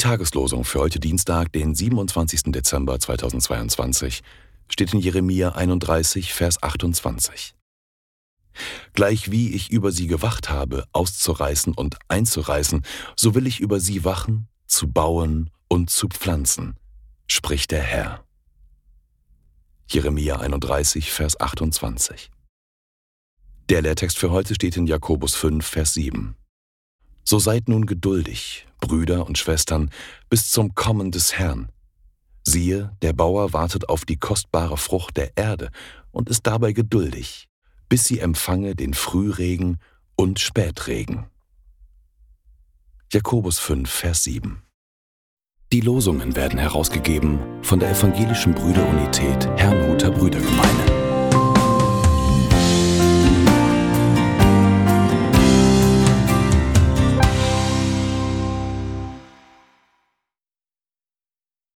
Tageslosung für heute Dienstag, den 27. Dezember 2022, steht in Jeremia 31, Vers 28. Gleichwie ich über sie gewacht habe, auszureißen und einzureißen, so will ich über sie wachen, zu bauen und zu pflanzen, spricht der Herr. Jeremia 31, Vers 28. Der Lehrtext für heute steht in Jakobus 5, Vers 7. So seid nun geduldig, Brüder und Schwestern, bis zum Kommen des Herrn. Siehe, der Bauer wartet auf die kostbare Frucht der Erde und ist dabei geduldig, bis sie empfange den Frühregen und Spätregen. Jakobus 5, Vers 7. Die Losungen werden herausgegeben von der Evangelischen Brüderunität Herrnhuter Brüdergemeine.